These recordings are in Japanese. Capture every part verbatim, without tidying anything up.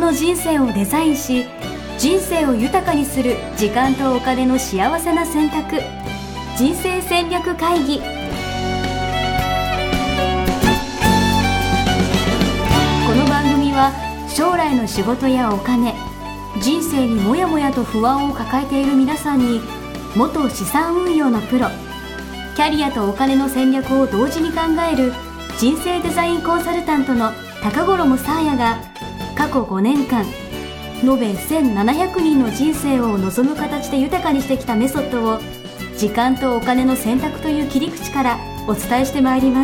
の人生をデザインし、人生を豊かにする時間とお金の幸せな選択、人生戦略会議。この番組は将来の仕事やお金、人生にもやもやと不安を抱えている皆さんに、元資産運用のプロ、キャリアとお金の戦略を同時に考える人生デザインコンサルタントの高頃もさあやが、過去ごねんかん延べせんななひゃくにんの人生を望む形で豊かにしてきたメソッドを、時間とお金の選択という切り口からお伝えしてまいります。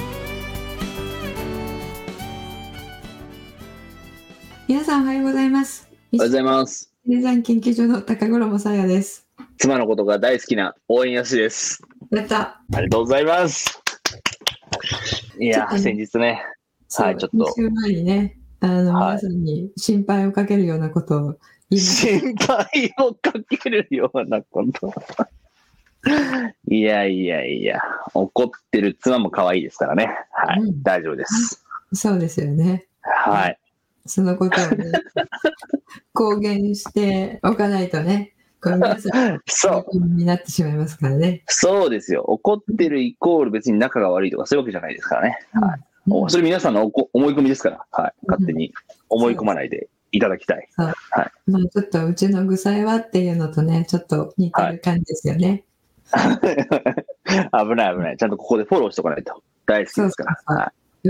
皆さんおはようございます。 おはようございます。 デザイン研究所の高頃もさあやです。 妻のことが大好きな応援やすです。 やった。 ありがとうございます。いや、ね、先日ね、はい、ちょっと。 先週前にね、あの、はい、皆さんに心配をかけるようなことを言いました。 心配をかけるようなこと。いやいやいや、怒ってる妻も可愛いですからね。はい、うん、大丈夫です。 そうですよね。 はい。 そのことをね、公言しておかないとね。これ皆さんそうになってしまいますからね。 そうですよ。怒ってるイコール別に仲が悪いとかそういうわけじゃないですからね。うん、はい。うん、それ皆さんの思い込みですから、はい。勝手に思い込まないでいただきたい。 はい。まあちょっとうちの具材はっていうのとね、ちょっと似てる感じですよね。 はい、危ない危ない。ちゃんとここでフォローしておかないと。大好きですから。そうそうそう、はい。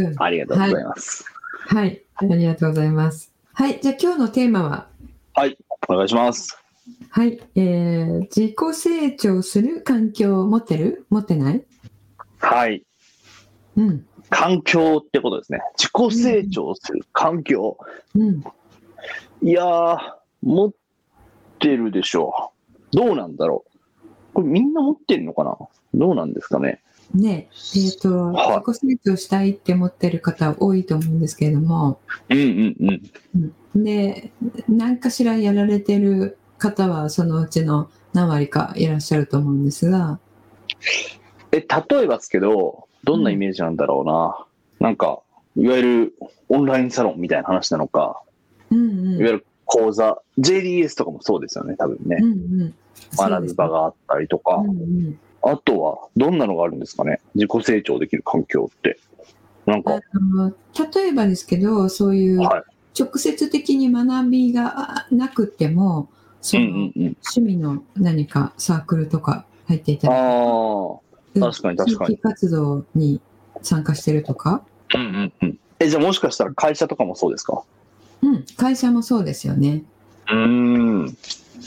うん。ありがとうございます。 はい。はい。ありがとうございます。はい。じゃあ今日のテーマは、 はい。お願いします。 はい、えー、自己成長する環境を持ってる？持ってない？ はい。 うん。 環境ってことですね。自己成長する環境。 うん。 いやー、持ってるでしょう。どうなんだろう。これみんな持ってるのかな？どうなんですかね。 ねえ、えっと、はい、自己成長したいって思ってる方多いと思うんですけれども。 うんうんうん。で、何かしらやられてる方はそのうちの何割かいらっしゃると思うんですが、 え例えばですけどどんなイメージなんだろうな、うん、なんかいわゆるオンラインサロンみたいな話なのか、 うんうん、 いわゆる講座 ジェーディーエス とかもそうですよね多分ね、 うんうん、 学ぶ場があったりとか、 うんうん、 あとはどんなのがあるんですかね、自己成長できる環境ってなんかあの例えばですけど、そういう直接的に学びがなくても、その趣味の何かサークルとか入っていたりとか、 あ確かに確かに地域活動に参加してるとか、 うんうんうん、えじゃあもしかしたら会社とかもそうですか？ うん、会社もそうですよね。 うーん、うん、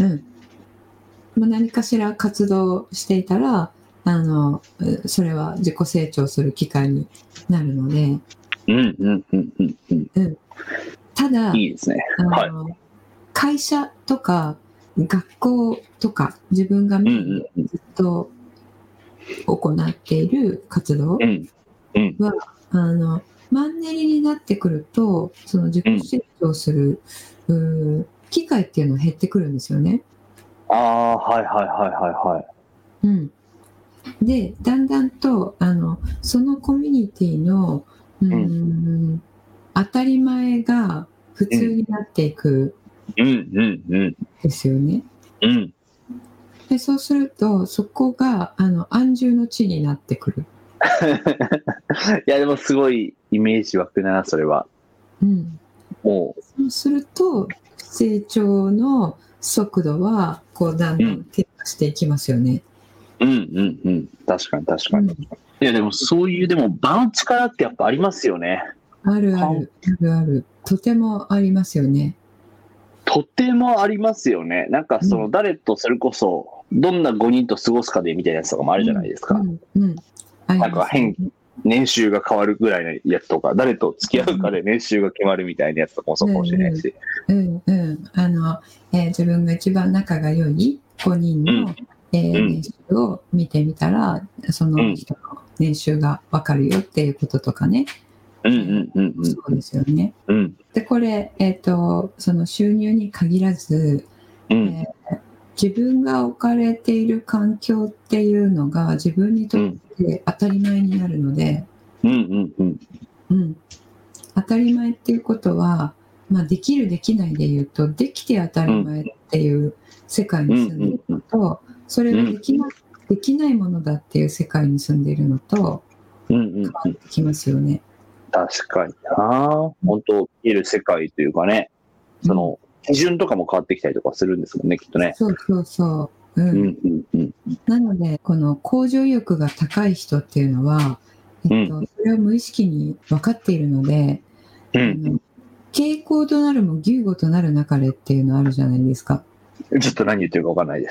何かしら活動していたら、あのそれは自己成長する機会になるので、 うんうんうんうんうん、 ただいいですね、 あの、 はい、 会社とか学校とか自分がずっと行っている活動は、 うんうんうん、 あのマンネリになってくると、その自己成長する、うん、機会っていうのは減ってくるんですよね。 ああ、はいはいはいはいはい。 うん。で、だんだんとあのそのコミュニティのうーん、うん、当たり前が普通になっていくんですよね。 うんうんうん、 でそうするとそこがあの安住の地になってくる。 いやでもすごいイメージ湧くなそれは。 うん。 もうそうすると成長の速度はこうだんだん低下していきますよね。 うんうんうん、確かに確かに。うん、いやでもそういうでも場の力ってやっぱありますよね。 あるあるあるある、とてもありますよね。 とてもありますよね。なんかその誰とそれこそどんなごにんと過ごすかでみたいなやつとかもあるじゃないですか。 うんうんうん、 なんか変年収が変わるぐらいのやつとか、誰と付き合うかで年収が決まるみたいなやつとかもそうかもしれないし、 うんうんうん、あの、えー、自分が一番仲が良いごにんの、うんえー、年収を見てみたら、その人の年収が分かるよっていうこととかね。 うんうんうんうん、 そうですよね。 うん、 でこれ、えーと、その収入に限らず、 うんえー、自分が置かれている環境っていうのが自分にとって当たり前になるので、 うんうんうんうん、当たり前っていうことはまあ、できるできないで言うと、できて当たり前っていう世界に住んでいるのと、それができな、できないものだっていう世界に住んでいるのと変わってきますよね。 確かにな。本当いる世界というかね、その基準とかも変わってきたりとかするんですもんね、きっとね。 そうそうそう。うんうんうんうん、なのでこの向上意欲が高い人っていうのは、えっと、それを無意識に分かっているので、うん、あの傾向となるも牛語となるなかれっていうのあるじゃないですか。 ちょっと何言ってるか分かんないです。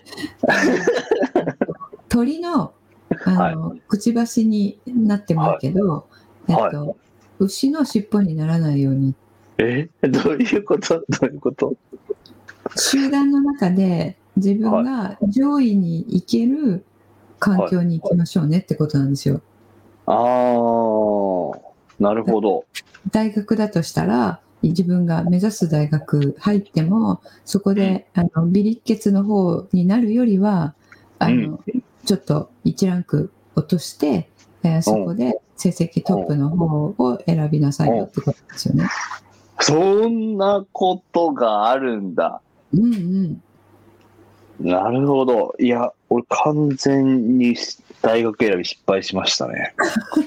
鳥のあの、はい、くちばしになってもいいけど、はいえっとはい、牛の尻尾にならないように。 えどういうことどういうこと集団の中で自分が上位に行ける環境に行きましょうねってことなんですよ。 はいはい、ああ、なるほど。 大学だとしたら、自分が目指す大学入っても、そこであの微力血の方になるよりは、あの、うん、ちょっといちランク落として、えー、そこで成績トップの方を選びなさいよってことですよね。 そんなことがあるんだ。 うんうん。 なるほど。いや、俺完全に大学選び失敗しましたね。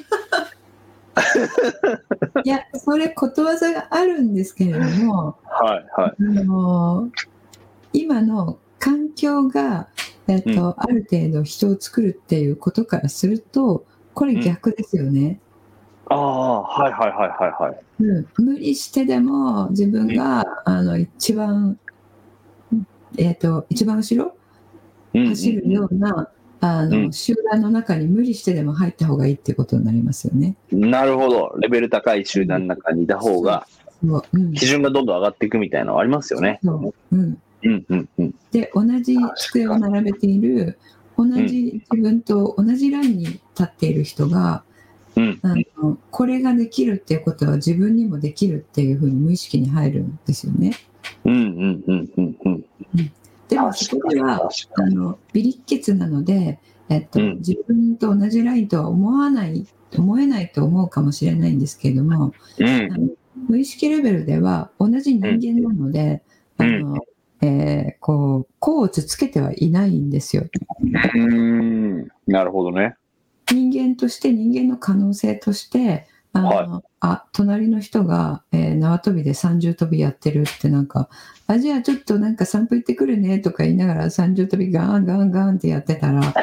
いや、それことわざがあるんですけれども、 はいはい。 あの今の環境が、えっとうん、ある程度人を作るっていうことからすると、これ逆ですよね。 うん、ああ、はいはいはいはいはい。 うん、無理してでも自分が、うん、あの一番、えっと、一番後ろ、うん、走るような、あの、うん、集団の中に無理してでも入った方がいいってことになりますよね。 なるほど。レベル高い集団の中にいた方が、うん、基準がどんどん上がっていくみたいなのはありますよね。 そううんうんうんうん、で、同じ机を並べている、同じ自分と同じラインに立っている人が、うん、あのこれができるっていうことは自分にもできるっていうふうに無意識に入るんですよね。 うんうんうんうんうん。 でもそこではあの微力血なので、えっとうん、自分と同じラインとは思わない思えないと思うかもしれないんですけれども、うん、あの無意識レベルでは同じ人間なので、うん、あのえー、こう甲をつつけてはいないんですよ。 うーん、なるほどね。 人間として人間の可能性としてあの、はい、あ隣の人が、えー、縄跳びで三重跳びやってるってなんかあじゃあちょっとなんか散歩行ってくるねとか言いながら三重跳びガーンガーンガーンってやってたら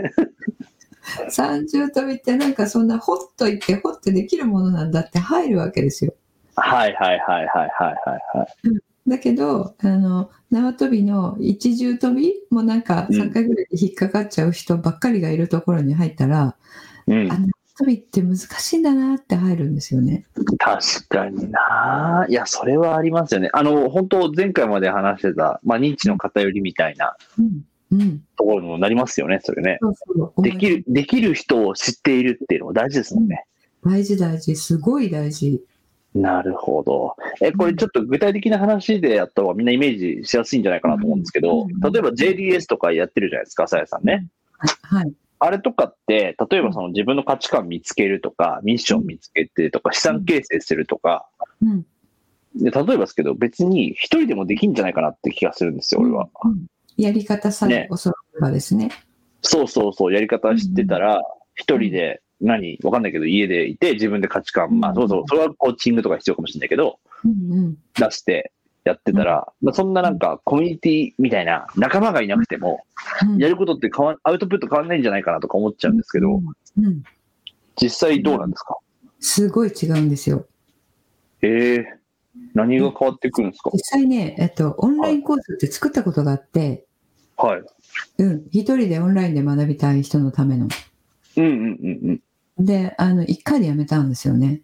三重跳びってなんかそんなほっといてほってできるものなんだって入るわけですよ。 はいはいはいはいはいはいはい。 うんだけどあの縄跳びの一重跳びもなんかさんかいぐらいで引っかかっちゃう人ばっかりがいるところに入ったら、うん、あ縄跳びって難しいんだなって入るんですよね。 確かにな。いやそれはありますよね。あの本当前回まで話してた、まあ、認知の偏りみたいな、うんうん、ところにもなりますよねそれね。そうそうできるできる人を知っているっていうのも大事ですもんね。 うん、大事大事すごい大事。 なるほど。え、これちょっと具体的な話でやった方がみんなイメージしやすいんじゃないかなと思うんですけど、例えば ジェーディーエス とかやってるじゃないですか、さやさんね。 はい。 あれとかって、例えばその自分の価値観見つけるとか、ミッション見つけてとか、資産形成するとか、うん、で例えばですけど、別に一人でもできるんじゃないかなって気がするんですよ、俺は。 うんうん、やり方さえ教わればですね。 そうそうそう、やり方知ってたら、一人で、何わかんないけど家でいて自分で価値観、まあそうそうそれはコーチングとか必要かもしれないけど、うんうん、出してやってたら、うん、まあ、そんななんかコミュニティみたいな仲間がいなくても、うん、やることって変わアウトプット変わんないんじゃないかなとか思っちゃうんですけど、うんうん、実際どうなんですか？ すごい違うんですよ。 えー、何が変わってくるんですか？ 実際ね、えっと、オンラインコースって作ったことがあって、 はい、 うん、一人でオンラインで学びたい人のための。 うんうんうんうんで、あの、一回でやめたんですよね。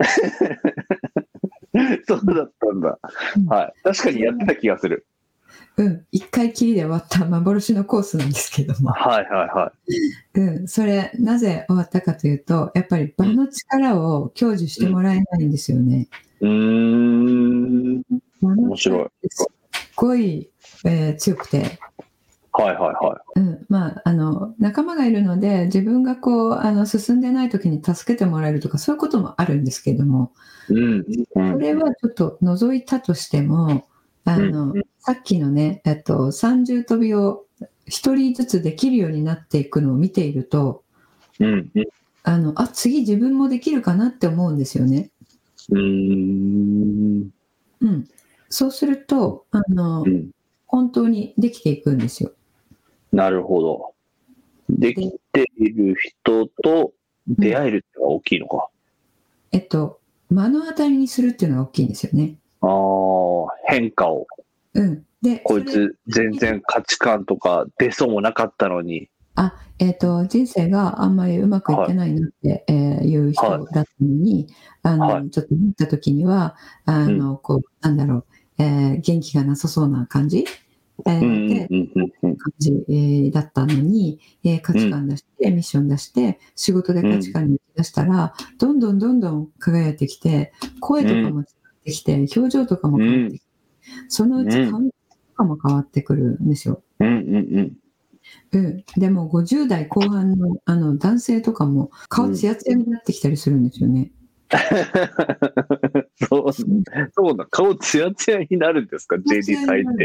そうだったんだ、うん。はい。確かにやってた気がする。 うん。一回きりで終わった幻のコースなんですけども。 はいはいはい。 うん。それ、なぜ終わったかというと、やっぱり場の力を享受してもらえないんですよね。 うん。うーん面白い。 すっごい、えー、強くて。 はいはいはい。 うんまあ、あの仲間がいるので自分がこうあの進んでない時に助けてもらえるとかそういうこともあるんですけども、 うんうん、 それはちょっと除いたとしてもあの、うん、さっきのね、えっと、三重跳びを一人ずつできるようになっていくのを見ていると、 うん、 あのあ次自分もできるかなって思うんですよね。 うーん、 うん、そうするとあの、うん、本当にできていくんですよ。 なるほど。できている人と出会えるってのが大きいのか。 うん、えっと目の当たりにするっていうのが大きいんですよね。 ああ、変化を。 うん、でこいつ全然価値観とか出そうもなかったのに。 あ、えっと、人生があんまりうまくいってないなって、はいえー、いう人だったのに、はい、あの、はい、ちょっと見たときには、あの、うん、こう、なんだろう、えー、元気がなさそうな感じ、えー、で、感じ、えー、だったのに、えー、価値観出して、ミッション出して、仕事で価値観に出したら、どんどんどんどん輝いてきて、声とかも違ってきて、表情とかも変わってきて、そのうち感情とかも変わってくるんですよ。 うんうんうんうん、でもごじゅう代後半 の, あの男性とかも顔ツヤツヤになってきたりするんですよね。 うん、そうそうだ、顔ツヤツヤになるんですか、ジェーディー さんって。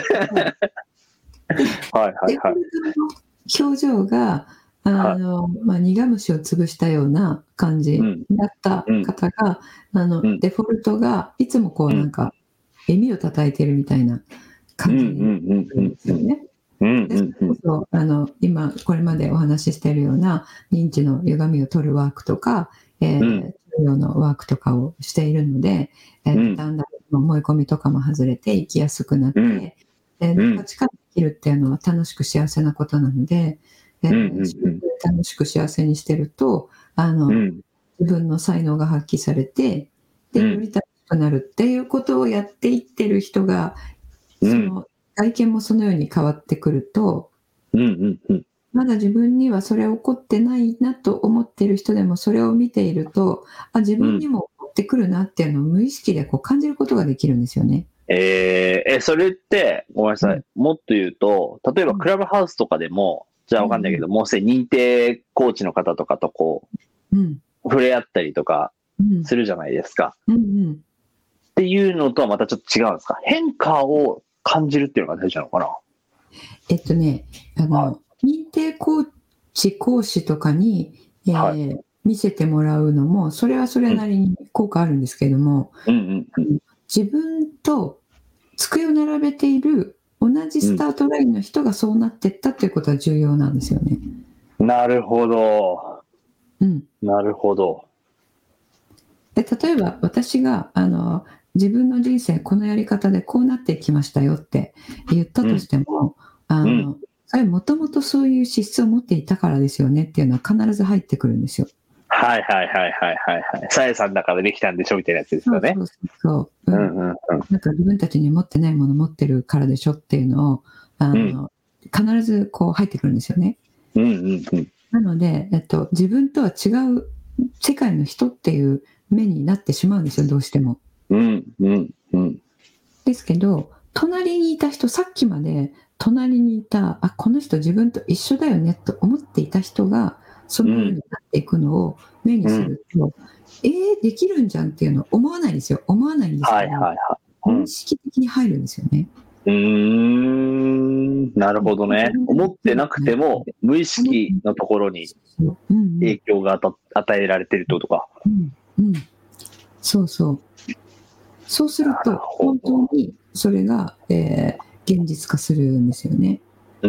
はいはいはい。 表情があの、はいまあ、苦虫を潰したような感じだった方が、うん、あの、うん、デフォルトがいつもこうなんか、うん、耳を叩いてるみたいな感じなんですよね。でそれこそあの今これまでお話ししているような認知の歪みを取るワークとか、えーうん、治療のワークとかをしているので、えーうん、だんだん思い込みとかも外れて生きやすくなって、うんえー、価値観で生きるっていうのは楽しく幸せなことなので、えー、楽しく幸せにしてるとあの、うん、自分の才能が発揮されてでより楽しくなるっていうことをやっていってる人が、その外見もそのように変わってくると、 うんうんうん、 まだ自分にはそれ起こってないなと思っている人でもそれを見ていると、あ自分にも起こってくるなっていうのを無意識でこう感じることができるんですよね。 えー、えそれってごめんなさい、うん、もっと言うと例えばクラブハウスとかでも、うん、じゃあわかんないけど、うん、もうすでに認定コーチの方とかとこう、うん、触れ合ったりとかするじゃないですか、 うんうん、 っていうのとはまたちょっと違うんですか。変化を感じるっていうのが大事なのかな。 えっとね、あの、はい、認定コーチ講師とかに、えーはい、見せてもらうのもそれはそれなりに効果あるんですけれども、 うんうんうん、 自分と机を並べている同じスタートラインの人がそうなっていったということは重要なんですよね。 なるほど、 うん、 なるほど。 で例えば私があの自分の人生このやり方でこうなっていきましたよって言ったとしても、うん、あの、うん、それもともとそういう資質を持っていたからですよねっていうのは必ず入ってくるんですよ。 はいはいはいはいはいはい。さやさんだからできたんでしょみたいなやつですよね。 そうそうそう、うんうんうん、なんか自分たちに持ってないもの持ってるからでしょっていうのをあの、うん、必ずこう入ってくるんですよね。 うんうんうん、 なので、えっと、自分とは違う世界の人っていう目になってしまうんですよ、どうしても。 うんうんうん、 ですけど隣にいた人、さっきまで隣にいたあこの人自分と一緒だよねと思っていた人がそのようになっていくのを目にすると、うん、えー、できるんじゃんっていうのは思わないんですよ。思わないんですけど、 はいはいはい、 うん、意識的に入るんですよね。 うーん、なるほどね。思ってなくても無意識のところに影響が与えられてるってことか。 うんうん、そうそう。そうすると本当にそれが、えー、現実化するんですよね。 うん、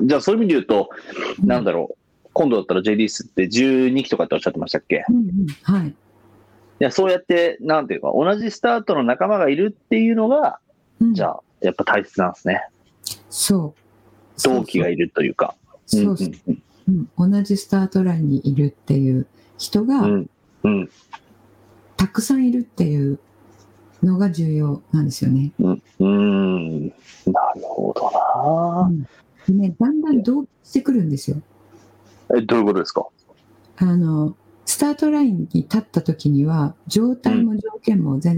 じゃあそういう意味で言うと、うん、なんだろう、今度だったら ジェーディー スってじゅうにきとかっておっしゃってましたっけ？ うんうん、はい。いやそうやってなんていうか同じスタートの仲間がいるっていうのが、うん、じゃあやっぱ大切なんですね。 そう。 同期がいるというか。 そうそう、うんうん、同じスタートラインにいるっていう人が、 うんうん、 たくさんいるっていうのが重要なんですよね。 うん、うん、なるほどな、 うん、ね、だんだん同期してくるんですよ。 え、どういうことですか？ あのスタートラインに立った時には状態も条件も全然みんな違うし、うん、その認知の歪みの程度とかも、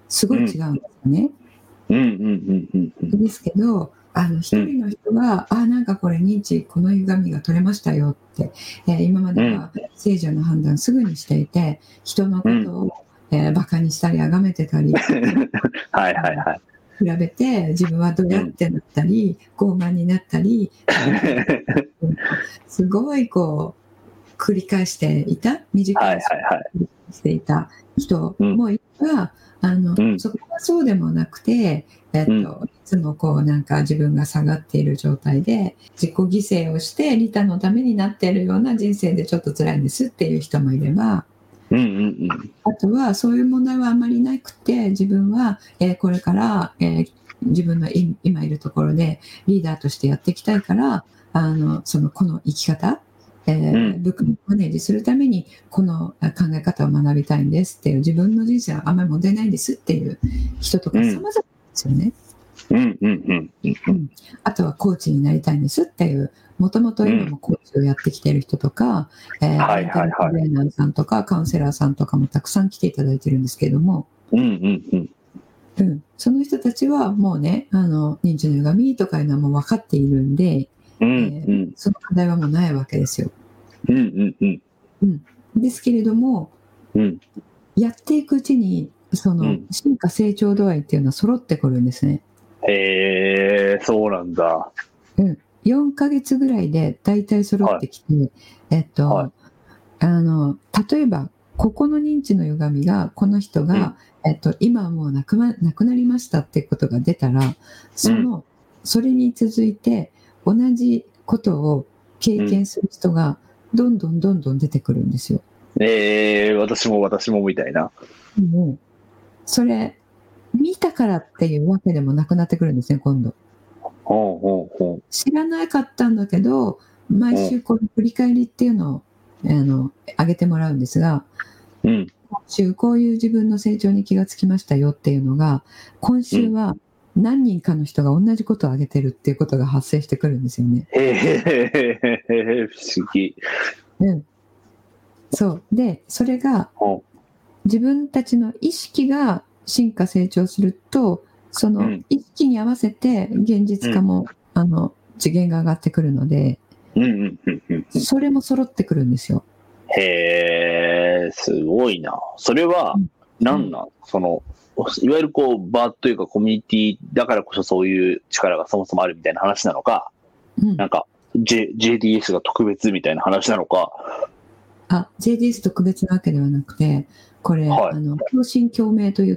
すごい違うんですよね。 うんうんうんうんうん、 ですけど、あの一人の人が、うん、あなんかこれ認知この歪みが取れましたよって、えー、今までは正常の判断すぐにしていて、人のことを、うん、えー、バカにしたり崇めてたりはいはいはい。 比べて自分はどうやってなったり、うん、傲慢になったりすごいこう繰り返していた短い時間繰り返していた人もいれば、あのうん、そこはそうでもなくて、えっと、うん、いつもこうなんか自分が下がっている状態で自己犠牲をして利他のためになっているような人生でちょっと辛いんですっていう人もいれば、 うんうんうん、 あとはそういう問題はあまりなくて、自分は、えー、これから、えー、自分の今いるところでリーダーとしてやっていきたいから、あのそのこの生き方、えーうん、部下をマネージするためにこの考え方を学びたいんですっていう、自分の人生はあんまり問題ないんですっていう人とか様々なんですよね。 うんうんうんうん、 あとはコーチになりたいんですっていう、もともと今もコーチをやってきている人とか、うん、えー、メンタルトレーナーさんとかカウンセラーさんとかもたくさん来ていただいてるんですけれども、 うんうんうんうん、その人たちはもうね、あの認知の歪みとかいうのはもう分かっているんで、 うんうん、 えー、その課題はもうないわけですよ。 うんうんうんうん、ですけれども、 うん、 やっていくうちにその進化成長度合いっていうのは揃ってくるんですね。 へえ、そうなんだ。 うん、よんかげつぐらいで大体揃ってきて、はい、えっと、はい、あの例えばここの認知の歪みがこの人が、うん、えっと、今はもうなく、ま、なくなりましたっていうことが出たら、その、うん、それに続いて同じことを経験する人がどんどんどんどん出てくるんですよ。 えー、私も私もみたいな。 もうそれ見たからっていうわけでもなくなってくるんですね、今度。 ほうほうほう、 知らなかったんだけど、毎週この振り返りっていうのをあの上げてもらうんですが、 うん、 今週こういう自分の成長に気がつきましたよっていうのが、今週は何人かの人が同じことを上げてるっていうことが発生してくるんですよね。 へえ、不思議。 うん、そうで、それが自分たちの意識が進化成長すると、その意識に合わせて現実化も、うん、あの次元が上がってくるので、 うんうんうんうんうん、 それも揃ってくるんですよ。 へー、すごいな。それは何なん、うん、そのいわゆるこう場というかコミュニティだからこそそういう力がそもそもあるみたいな話なのか、うん、なんか J、ジェーディーエス が特別みたいな話なのか。 あ、ジェーディーエス 特別なわけではなくて、これ、はい、あの共振共鳴といって、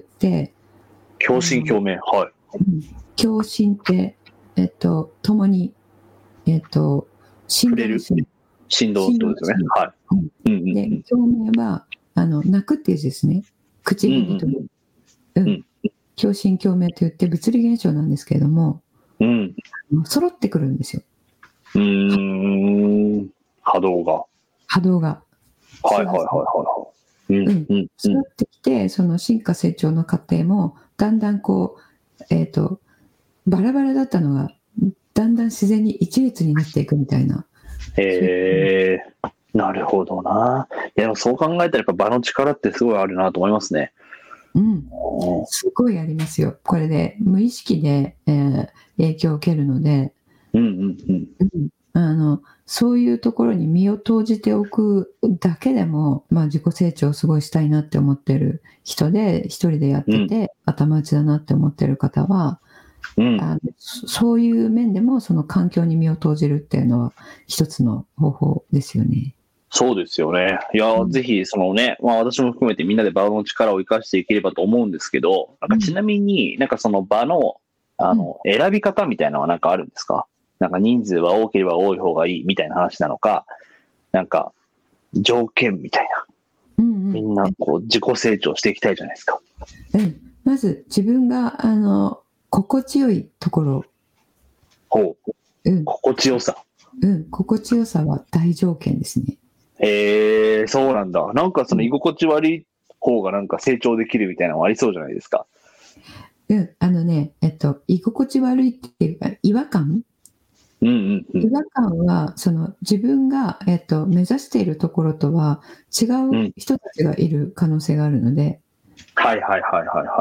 共振共鳴、はい。 うん、共振って、えっと、共に、えっと、 振れる振動ってことですよね。はい。 うんうんうん、で、共鳴は、あの、泣くっていう字ですね。口紅という。うん、うんうん。共振共鳴といって物理現象なんですけれども、 うん。 揃ってくるんですよ。 うーん。波動が。 波動が。 はいはいはいはいはい。うん。うん。 揃ってきて、その進化成長の過程も、だんだんこう、えっと、バラバラだったのが、だんだん自然に一列になっていくみたいな。 へえー、なるほどな。いや、でもそう考えたらやっぱ場の力ってすごいあるなと思いますね。 うん、すごいありますよ。これで無意識で、えー、影響を受けるので、 うんうんうんうん、あのそういうところに身を投じておくだけでも、まあ、自己成長をすごいしたいなって思ってる人で一人でやってて、うん、頭打ちだなって思ってる方は、うん、あのそういう面でもその環境に身を投じるっていうのは一つの方法ですよね。 そうですよね。いや、うん、ぜひそのね、まあ私も含めてみんなで場の力を生かしていければと思うんですけど、なんかちなみになんかその場のあの選び方みたいなのはなんかあるんですか？なんか人数は多ければ多い方がいいみたいな話なのか、なんか条件みたいな。うんうん、みんなこう自己成長していきたいじゃないですか。 うん、まず自分があの心地よいところ。 ほう。うん、心地よさ。 うん、心地よさは大条件ですね。 へえー、そうなんだ。なんかその居心地悪い方がなんか成長できるみたいなのありそうじゃないですか。 うん、あのね、えっと、居心地悪いっていうか、違和感、 うんうんうん、 違和感は、その自分が、えっと、目指しているところとは違う人たちがいる可能性があるので。 うん、はいはいはいはいはい。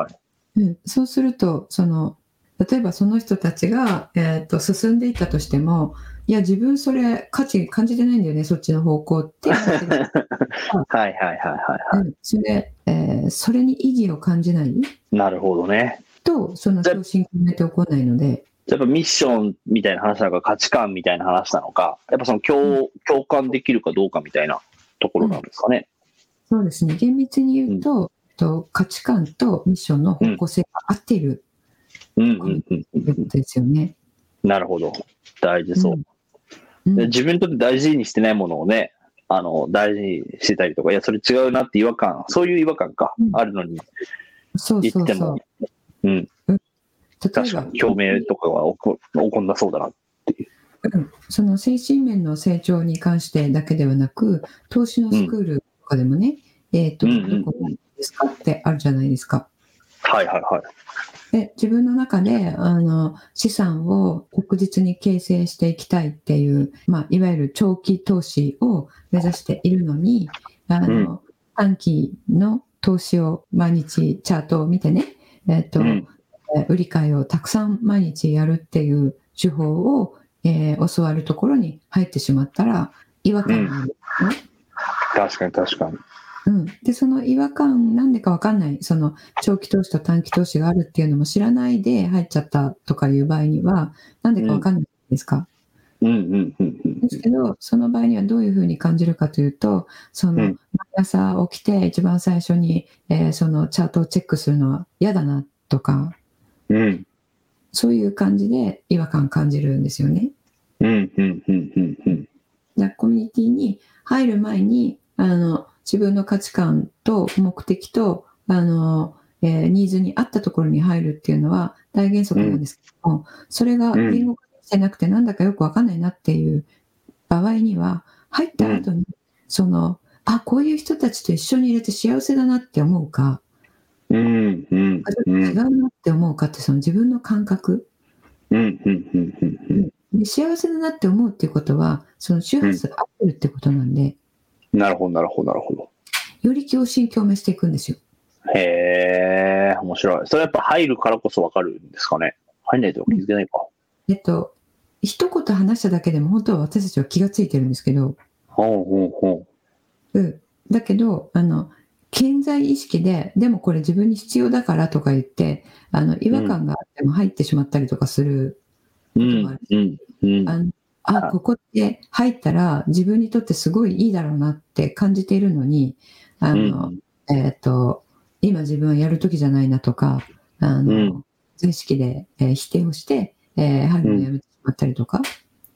うん、そうするとその例えばその人たちが、えー、と進んでいったとしても、いや自分それ価値感じてないんだよね、そっちの方向ってなってるはいはいはいはいはい、 うん、それ、えー、それに意義を感じないなるほどね。 とその昇進決めて起こらないので、 やっぱミッションみたいな話なのか価値観みたいな話なのか、やっぱその 共,、うん、共感できるかどうかみたいなところなんですかね。 うん、そうですね、厳密に言うと、うん、と価値観とミッションの方向性が合っている、 うんうんうんうんうん、 ということですよね。 なるほど、大事そう、 うん、 で自分にとって大事にしてないものをね、あの大事にしてたりとか、いやそれ違うなって違和感、そういう違和感か、うん、あるのにそうそうそう、 言っても、うん、確かに共鳴とかは起こ、起こんなそうだなっていう、 うん、その精神面の成長に関してだけではなく、投資のスクールとかでもね、うん、えっと、どこですかってあるじゃないですか。 はいはいはい。 で自分の中であの資産を確実に形成していきたいっていう、まあ、いわゆる長期投資を目指しているのに、あの、うん、短期の投資を毎日チャートを見てね、えっと、うん、売り買いをたくさん毎日やるっていう手法を、えー、教わるところに入ってしまったら違和感がある、ね、 うん、確かに確かに。 うん、でその違和感なんでか分かんない、その長期投資と短期投資があるっていうのも知らないで入っちゃったとかいう場合にはなんでか分かんないですか。ですけどその場合にはどういうふうに感じるかというと、その毎朝起きて一番最初に、えー、そのチャートをチェックするのは嫌だなとか、 うん、 そういう感じで違和感感じるんですよね。 うんうんうんうんうん。 だコミュニティに入る前にあの自分の価値観と目的とあの、えー、ニーズに合ったところに入るっていうのは大原則なんですけども、うん、それが言語化してなくてなんだかよく分かんないなっていう場合には入った後に、うん、そのあこういう人たちと一緒にいれて幸せだなって思うか、 うんうんうん、 違うなって思うかってその自分の感覚、 うんうんうんうんうん、 で幸せだなって思うっていうことはその周波数が合ってるってことなんで、 うん、なるほどなるほどなるほど、 より共振共鳴していくんですよ。 へー、面白い。それやっぱ入るからこそ分かるんですかね。入んないと気づけないか。 えっと一言話しただけでも本当は私たちは気がついてるんですけど、 ほうほうほう、うん、だけどあの潜在意識ででもこれ自分に必要だからとか言ってあの違和感があっても入ってしまったりとかすることもあるし、うんうんうん、あのあここって入ったら自分にとってすごいいいだろうなって感じているのにあの、うんえー、と今自分はやる時じゃないなとかあの、うん、無意識で、えー、否定をして、えー、入るのをやめてしまったりとか、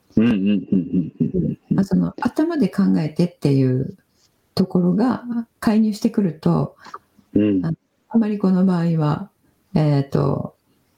その頭で考えてっていうところが介入してくると、うん、あ, あまりこの場合は、えーとうん、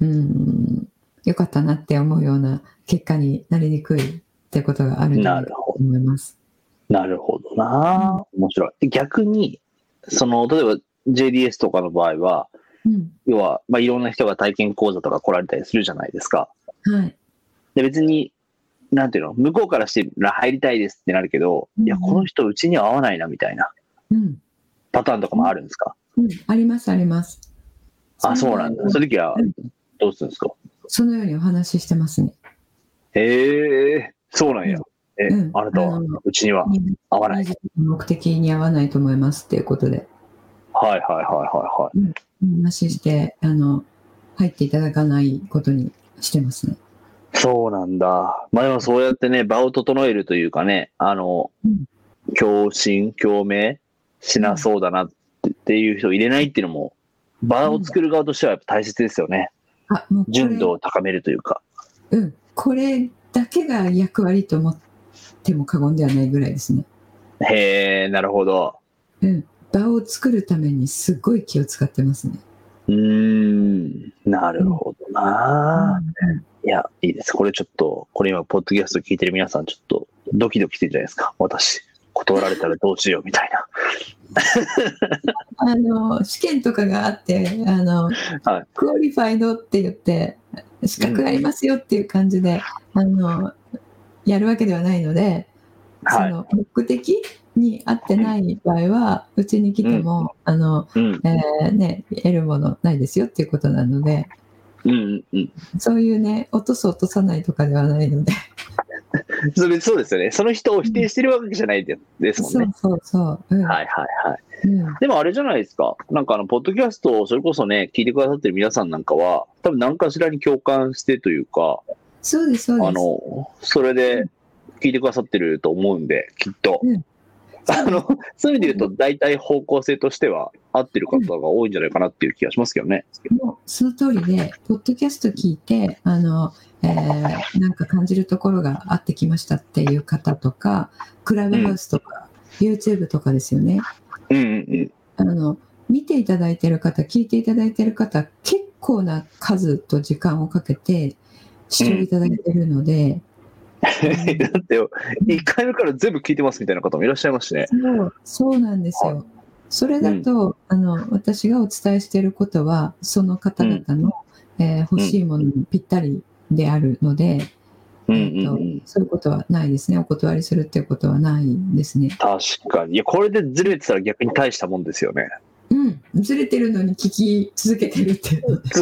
よかったなって思うような結果になりにくいってことがあるんじゃないかと思います。 なるほどな、うん、面白い。逆にその例えば ジェイディーエス とかの場合は、うん、要は、まあ、いろんな人が体験講座とか来られたりするじゃないですか。 はい、 で別になんていうの向こうからして入りたいですってなるけど、うんうん、いやこの人うちには合わないなみたいな、うん、パターンとかもあるんですか。 うんうん、ありますあります。 あ、そうなんだ。その時はどうするんですか。 そのようにお話ししてますね。 へえ、そうなんや。え、うん、あなたはうちには合わない。 目的に合わないと思いますっていうことで。 はいはいはいはいはい。 うん、話してあの入っていただかないことにしてますね。 そうなんだ。まあでもそうやってね場を整えるというかね、あの、うん、共振共鳴しなそうだなっていう人を入れないっていうのも場を作る側としてはやっぱ大切ですよね。うん、あもう純度を高めるというか。 うん、これだけが役割と思っても過言ではないぐらいですね。 へえ、なるほど。 うん。場を作るためにすごい気を使ってますね。 うーん、なるほどな、うんうん、いやいいです。これちょっとこれ今ポッドキャスト聞いてる皆さんちょっとドキドキしてるじゃないですか。私断られたらどうしようみたいなあの試験とかがあってあの、はい、クオリファイドって言って資格ありますよっていう感じで、うん、あのやるわけではないので、はい、その目的に合ってない場合はうちに来ても、うん、あの、うんえーね、得るものないですよっていうことなので、 うんうん、 そういうね落とす落とさないとかではないのでそれそうですよね。その人を否定してるわけじゃないで、うん、ですもんね。 そうそうそう、うん、 はいはいはい、うん、でもあれじゃないですか、なんかあのポッドキャストをそれこそね聞いてくださってる皆さんなんかは多分何かしらに共感してというか、 そうですそうです、 あのそれで聞いてくださってると思うんできっと、うん、あのそういう意味で言うと大体方向性としては合ってる方が多いんじゃないかなっていう気がしますけどね。 もうその通りでポッドキャスト聞いてあの、えー、なんか感じるところが合ってきましたっていう方とかクラブハウスとか、うん、YouTube とかですよね、 うんうんうん、 あの見ていただいている方聞いていただいている方結構な数と時間をかけて視聴いただいているので、うんだっていっかいめから全部聞いてますみたいな方もいらっしゃいますしね。 そう、そうなんですよ。それだと、うん、あの私がお伝えしていることはその方々の、うんえー、欲しいものにぴったりであるので、うんえーとうんうん、そういうことはないですね。お断りするっていうことはないですね。 確かに。いやこれでずれてたら逆に大したもんですよね。 うん、ずれてるのに聞き続けてるっていうので。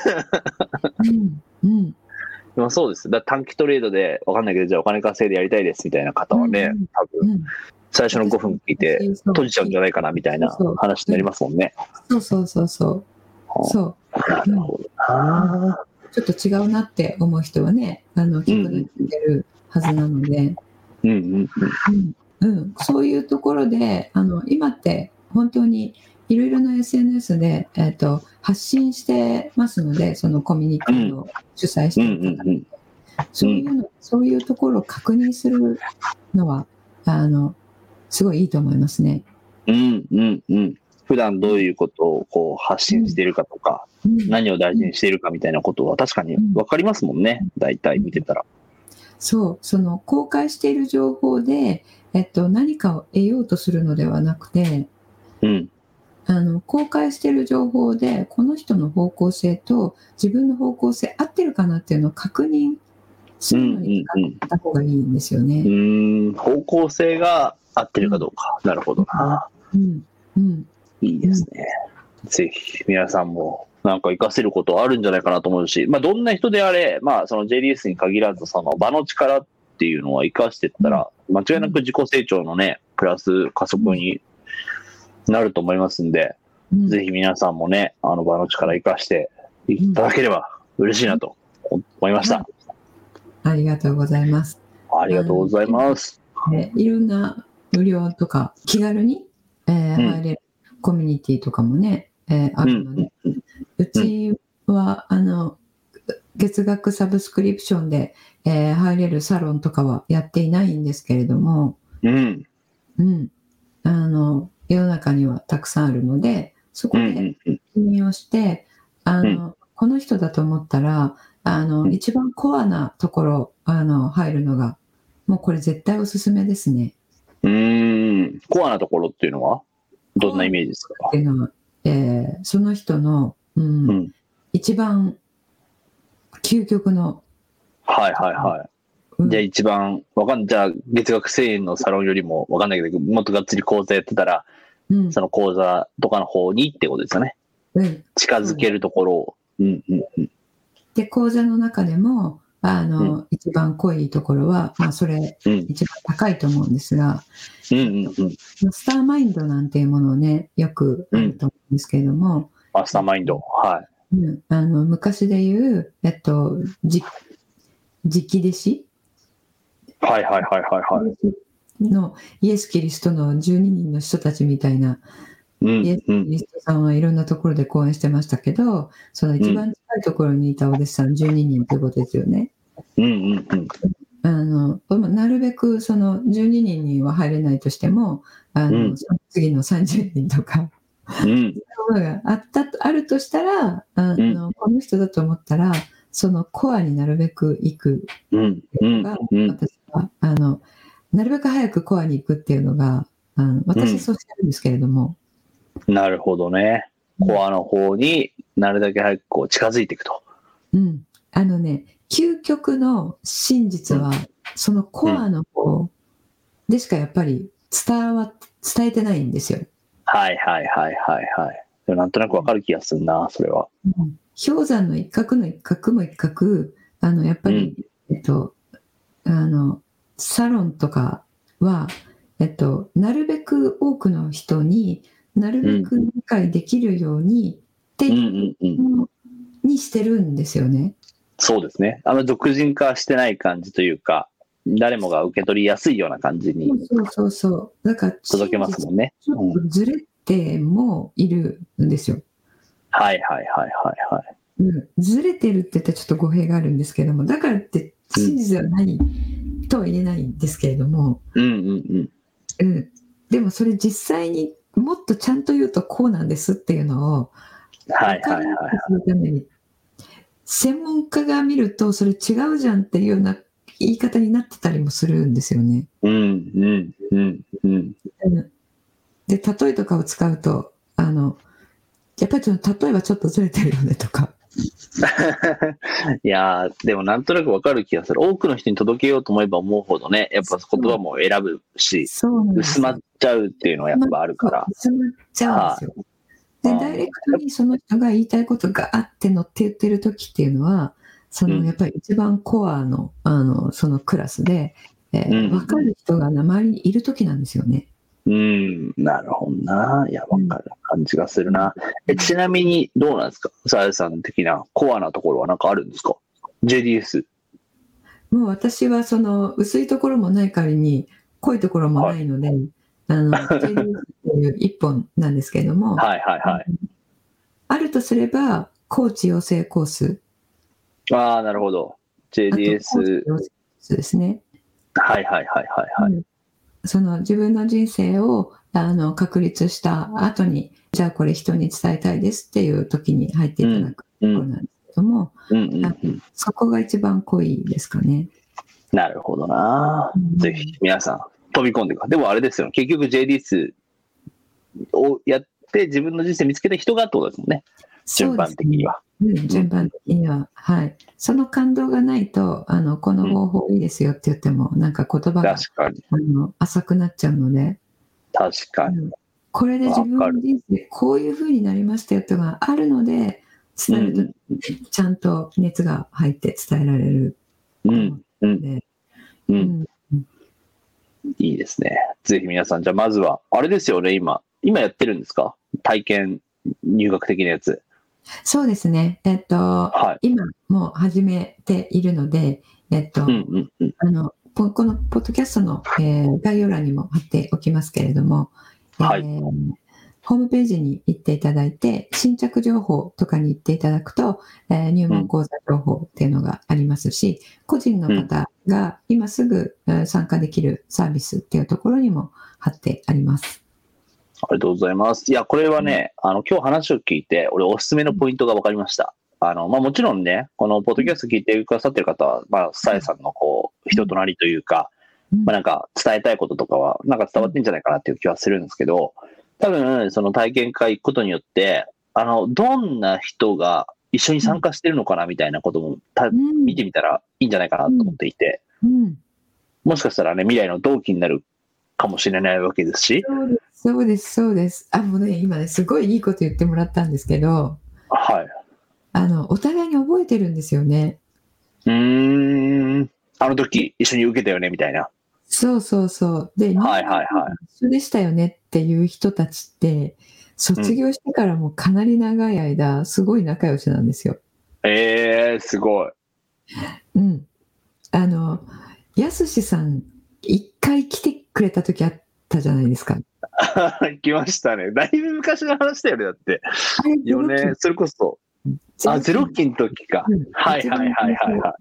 うんうんまあそうです。だ短期トレードで分かんないけどじゃあお金稼いでやりたいですみたいな方はね、うん、多分最初のごふん聞いて閉じちゃうんじゃないかなみたいな話になりますもんね。 そうそうそうそうそう。 なるほどな、 うん。ちょっと違うなって思う人はね、あの聞いてるはずなので、 うんうんうんうん、そういうところであの今って本当にいろいろな エスエヌエス で、えーと、発信してますので、そのコミュニティを主催している方、うんうんうん、そういうの、そういうところを確認するのはあのすごいいいと思いますね。 うんうんうん。普段どういうことをこう発信しているかとか、うん、何を大事にしているかみたいなことは確かに分かりますもんね。大体見てたら。 そう、その公開している情報で、えっと、何かを得ようとするのではなくて、 うんあの公開している情報でこの人の方向性と自分の方向性合ってるかなっていうのを確認するのに使った方がいいんですよね。 うんうんうん、方向性が合ってるかどうか、うん、なるほどな、 うんうん、 いいですね、うん、ぜひ皆さんもなんか活かせることあるんじゃないかなと思うし、まあ、どんな人であれ、まあ、その ジェイディーエス に限らずその場の力っていうのは活かしていったら、間違いなく自己成長のねプラス加速になると思いますんで、うん、ぜひ皆さんもねあの場の力生かしていただければ嬉しいなと思いました、 うん、ありがとうございます。 ありがとうございます。 えいろんな無料とか気軽に、えーうん、入れるコミュニティとかもね、えー、あるので、うんうん、うちはあの月額サブスクリプションで、えー、入れるサロンとかはやっていないんですけれども、 うんうん、あの世の中にはたくさんあるのでそこで確認をして、うんうん、あのこの人だと思ったらあの、うん、一番コアなところあの入るのがもうこれ絶対おすすめですね。 うーんコアなところっていうのはどんなイメージですか？ っていうのは、えー、その人の、うんうん、一番究極のはいはいはい、うん、じゃあ一番わかんじゃあ月額せんえんのサロンよりもわかんないけどもっとがっつり講座やってたら、うん、その講座とかの方にってことですよね、うん、近づけるところを、うんうんうん、 で講座の中でもあの、うん、一番濃いところは、まあ、それ、うん、一番高いと思うんですが、 うんうんうん、 スターマインドなんていうものをねよくあると思うんですけれども、 うん、スターマインド、はい、 うん、あの昔で言う、えっと、じ直弟子はいはいはいはいはいのイエス・キリストのじゅうににんの人たちみたいな、うん、イエス・キリストさんはいろんなところで講演してましたけど、その一番近いところにいたお弟子さんじゅうににんということですよね。 うんうんうん、 あのなるべくそのじゅうににんには入れないとしてもあの、うん、その次のさんじゅうにんとか、うん、そういうのがあったあるとしたらあの、うん、この人だと思ったらそのコアになるべく行くっていうのが、うんうん、私はあのなるべく早くコアに行くっていうのがあの私はそうしてるんですけれども、 うん、なるほどね。コアの方になるだけ早くこう近づいていくと、 うん、あのね究極の真実はそのコアの方でしかやっぱり伝わ伝えてないんですよ。 はいはいはいはいはい。でもなんとなくわかる気がするな、それは。 うん、氷山の一角の一角も一角、あのやっぱり、うん、えっとあのサロンとかは、えっと、なるべく多くの人になるべく理解できるように、っていうのにしてるんですよね。 そうですね。あの俗人化してない感じというか、誰もが受け取りやすいような感じにそうそうそう。だから届けますもんね。 ちょっとずれてもいるんですよ。 うん、はいはいはいはいはい。 うん、ずれてるって言ったらちょっと語弊があるんですけども、だからって真実はないとは言えないんですけれども、 うんうんうんうん、でもそれ実際にもっとちゃんと言うとこうなんですっていうのを分かりやすくするために、専門家が見るとそれ違うじゃんっていうような言い方になってたりもするんですよね。 うんうんうんうん。 で、例えとかを使うと、あのやっぱりちょっと例えばちょっとずれてるよねとか。 いやー、でもなんとなくわかる気がする。多くの人に届けようと思えば思うほどね、やっぱ言葉も選ぶし、薄まっちゃうっていうのはやっぱあるから。 薄まっちゃうんですよ。で、ダイレクトにその人が言いたいことがあってのって言ってる時っていうのは、そのやっぱり一番コアの、あのそのクラスで、えーうん、分かる人が周りにいる時なんですよね。 うん、なるほどな。いや、わかる感じがするな。え、ちなみにどうなんですか、さやさん的なコアなところは何かあるんですか？ ジェーディーエス。 もう私はその薄いところもない代わりに濃いところもないので、はい、あの ジェーディーエス という一本なんですけれども、 はいはいはい。 あるとすればコーチ養成コース。 ああ、なるほど。ジェーディーエスですね。 はいはいはいはいはい。うん、 その自分の人生をあの確立した後に、じゃあこれ人に伝えたいですっていう時に入っていただくところなんですけども、そこが一番濃いですかね。 なるほどな。うん、ぜひ皆さん飛び込んでください。でもあれですよ、結局 ジェーディーエス をやって自分の人生見つけた人がってことですもんね。順番的には。 うん、順番的には、はい。その感動がないと、あのこの方法いいですよって言っても、うん、なんか言葉が確かにあの浅くなっちゃうので。 確かに。うん、 これで自分の人生こういう風になりましたよっていうのがあるので、伝えると、うん、ちゃんと熱が入って伝えられる。 うんうんうん。いいですね。ぜひ皆さん、じゃあまずはあれですよね、今今やってるんですか？体験入学的なやつ。 そうですね。えっと、はい、今もう始めているので、えっと、うんうんうん、あのこのポッドキャストの、えー、概要欄にも貼っておきますけれども、はい、えー、ホームページに行っていただいて、新着情報とかに行っていただくと、えー、入門講座情報っていうのがありますし、うん、個人の方が今すぐ参加できるサービスっていうところにも貼ってあります。 ありがとうございます。いや、これはね、あの、今日話を聞いて、俺おすすめのポイントが分かりました。あの、まあ、もちろんね、このポッドキャスト聞いてくださってる方は、まあ、さやさんのこう、人となりというか、まあ、なんか伝えたいこととかは、なんか伝わってんじゃないかなっていう気はするんですけど、多分、その体験会行くことによって、あの、どんな人が一緒に参加してるのかなみたいなこともた見てみたらいいんじゃないかなと思っていて、もしかしたらね、未来の同期になるかもしれないわけですし。 そうです、そうです。あ、もうね、今ね、すごいいいこと言ってもらったんですけど、 はい。 あの、お互いに覚えてるんですよね。 うーん。あの時、一緒に受けたよね、みたいな。 そうそうそう。で、 はいはいはい。 一緒でしたよねっていう人たちって、卒業してからもかなり長い間、すごい仲良しなんですよ。 えー、すごい。 うん。あの、やすしさん、一回来てくれた時あったじゃないですか。 来ましたね。だいぶ昔の話だよね、だって。よねん、それこそ。あ、ゼロ期の時か。うん、はいはいはいはいはい。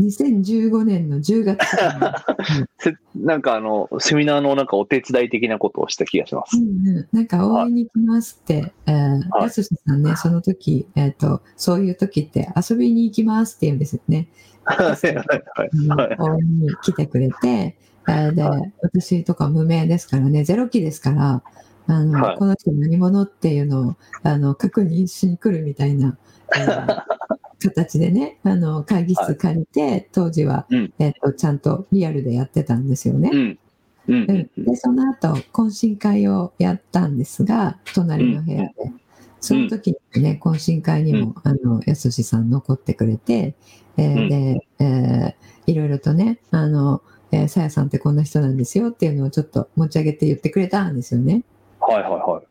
にせんじゅうごねんのじゅうがつ、 うん、なんかあの、セミナーのなんかお手伝い的なことをした気がします。 うんうん、なんか応援に行きますって、やすしさんね、その時、えっと、そういう時って遊びに行きますって言うんですよね。応援に来てくれて、で、私とか無名ですからね、ゼロ期ですから、あの、はい、この人何者っていうのをあの確認しに来るみたいな、えー、形でね、あの会議室借りて、はい、当時は、うん、えーと、ちゃんとリアルでやってたんですよね。 うんうん、 でその後懇親会をやったんですが、隣の部屋で、うん、その時にね、懇親会にも、うん、あのやすしさん残ってくれて、えー、で、えー、いろいろとね、あのえー、さやさんってこんな人なんですよっていうのをちょっと持ち上げて言ってくれたんですよね。 はいはいはい。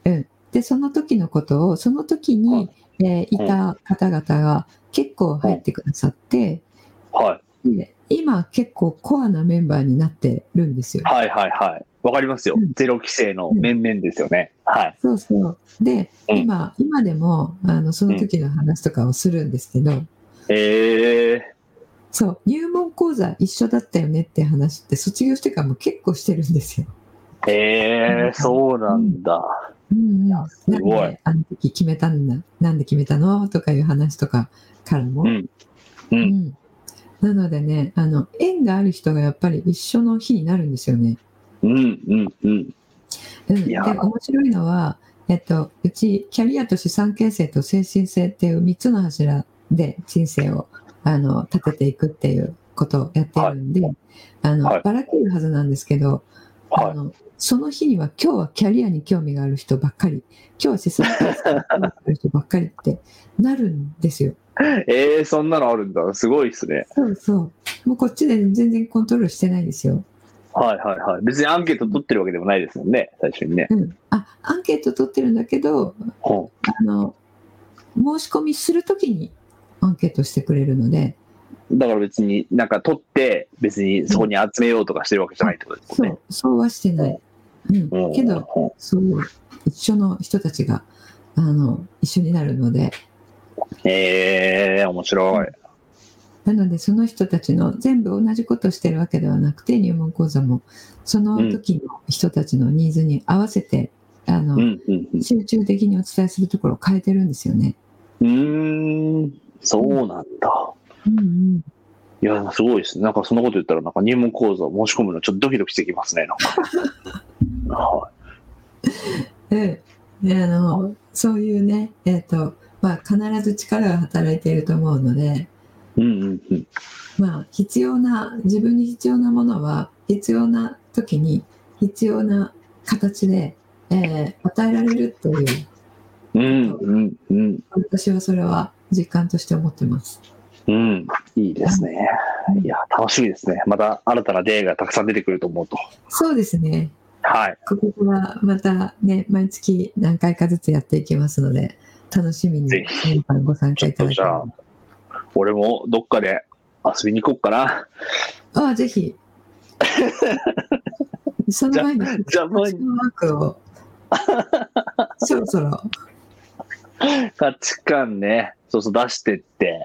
うん、でその時のことをその時に、はい、えー、いた方々が結構入ってくださって、 はい、 で今結構コアなメンバーになってるんですよ。 はいはいはい。わかりますよ。うん、ゼロ規制の面々ですよね。うん、はい。 そうそう。で、うん、今今でもあのその時の話とかをするんですけど。 えーそう入門講座一緒だったよねって話って卒業してからも結構してるんですよ。 へえー、そうなんだ。 うんうん、なんであの時決めたんだ、なんで決めたのとかいう話とかからも、 うんうんうん、 なのでね、あの縁がある人がやっぱり一緒の日になるんですよね。 うんうんうん。 うん、で面白いのは、えっと、うちキャリアと資産形成と精神性っていうみっつの柱で人生をあの立てていくっていうことをやってるんで、はい、あの、はい、ばらけるはずなんですけど、はい、あのその日には今日はキャリアに興味がある人ばっかり、今日は資産形成に興味がある人ばっかりってなるんですよ。 えー、そんなのあるんだ。すごいですね。 そうそう。もうこっちで全然コントロールしてないんですよ。 はいはいはい。別にアンケート取ってるわけでもないですもんね、最初にね。 うん、あ、アンケート取ってるんだけど、うん、あの申し込みするときにアンケートしてくれるので。 だから別になんか取って別にそこに集めようとかしてるわけじゃないってことですもんね。 そう、そうはしてない。うん、けど、そう一緒の人たちがあの一緒になるので。 えー、面白い。 なのでその人たちの全部同じことをしてるわけではなくて、入門講座もその時の人たちのニーズに合わせて、うん、あの、うんうんうん、集中的にお伝えするところを変えてるんですよね。 うーん、そうなんだ。 うんうん、 いや、すごいですね。なんかそんなこと言ったら、なんか入門講座を申し込むのちょっとドキドキしてきますね。なんかはい、 であのそういうね、えーとまあ、必ず力が働いていると思うので、 うんうんうん、 まあ、必要な自分に必要なものは必要な時に必要な形で、えー、与えられるという、 うんうんうん、 私はそれは実感として思ってます。 うん、いいですね。いや、楽しみですね。また新たな出会いがたくさん出てくると思うと。 そうですね。 はい。 ここからまたね、毎月何回かずつやっていきますので、楽しみに皆さんご参加いただきます。 俺もどっかで遊びに行こうかな。 ああ、ぜひ。その前に、 じゃあ前にマークをそろそろ。 価値観ね、そうそう出してって。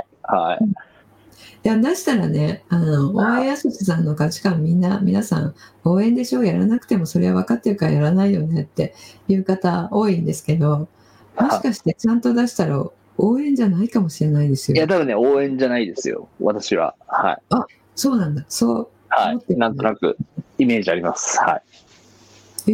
はい。 いや出したらね、あの大江康さんの価値観みんな皆さん応援でしょう、やらなくてもそれは分かってるからやらないよねっていう方多いんですけど、もしかしてちゃんと出したら応援じゃないかもしれないですよ。 いや多分ね、応援じゃないですよ、私は。はい。 あ、そうなんだ。そう、 はい、なんとなくイメージあります。はい。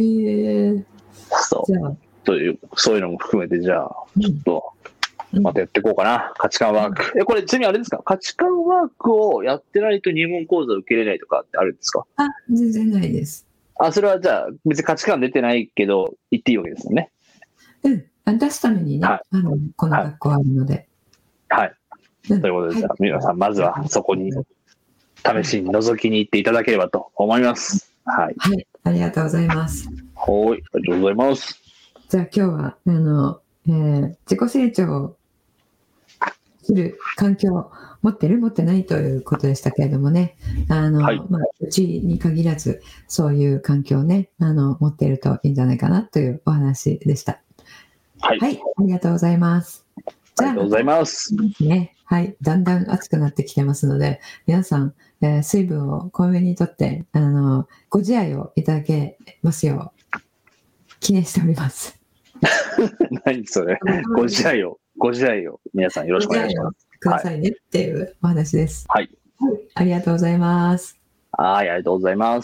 えー、 そうじゃあというそういうのも含めて、じゃあちょっと、うん、またやっていこうかな、価値観ワーク。え、これちなみにあれですか、価値観ワークをやってないと入門講座を受けれないとかってあるんですか？ あ、全然ないです。 あ、それはじゃあ別に価値観出てないけど言っていいわけですよね。 うん、出すためにね、はい、あのこの学校あるので。 はい。はいうん、ということで、じゃあ皆さんまずはそこに試しに覗きに行っていただければと思います。はい。 はい、ありがとうございます。 はい、ありがとうございます。 じゃあ今日はあの、えー、自己成長する環境を持ってる持ってないということでしたけれどもね、あの、はいまあ、うちに限らずそういう環境をねあの持っているといいんじゃないかなというお話でした。 はい、 はい、ありがとうございます。 じゃあありがとうございます。 ね、はい、だんだん暑くなってきてますので、皆さん、えー、水分をこまめにとってあのご自愛をいただけますよう記念しております。 何それ？ご自愛を。ご自愛を皆さんよろしくお願いします。 くださいねっていうお話です。 はい。 はい、ありがとうございます。 はい、ありがとうございます。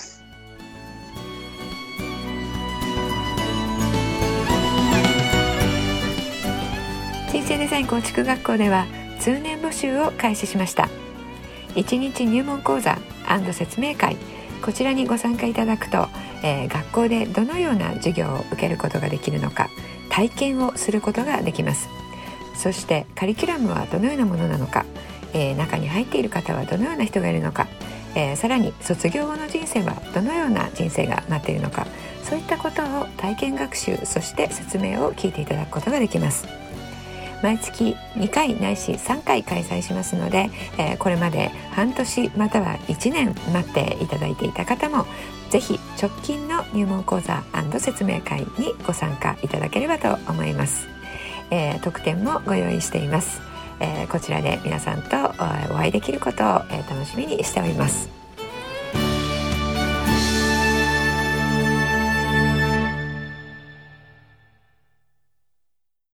人生デザイン構築学校では通年募集を開始しました。いちにち入門講座&説明会、 こちらにご参加いただくと、えー、学校でどのような授業を受けることができるのか、体験をすることができます。そしてカリキュラムはどのようなものなのか、えー、中に入っている方はどのような人がいるのか、えー、さらに卒業後の人生はどのような人生が待っているのか、そういったことを体験学習、そして説明を聞いていただくことができます。毎月にかいないしさんかい開催しますので、えー、これまで半年またはいちねん待っていただいていた方も、ぜひ直近の入門講座&説明会にご参加いただければと思います。えー、特典もご用意しています。えー、こちらで皆さんとお会いできることを、えー、楽しみにしております。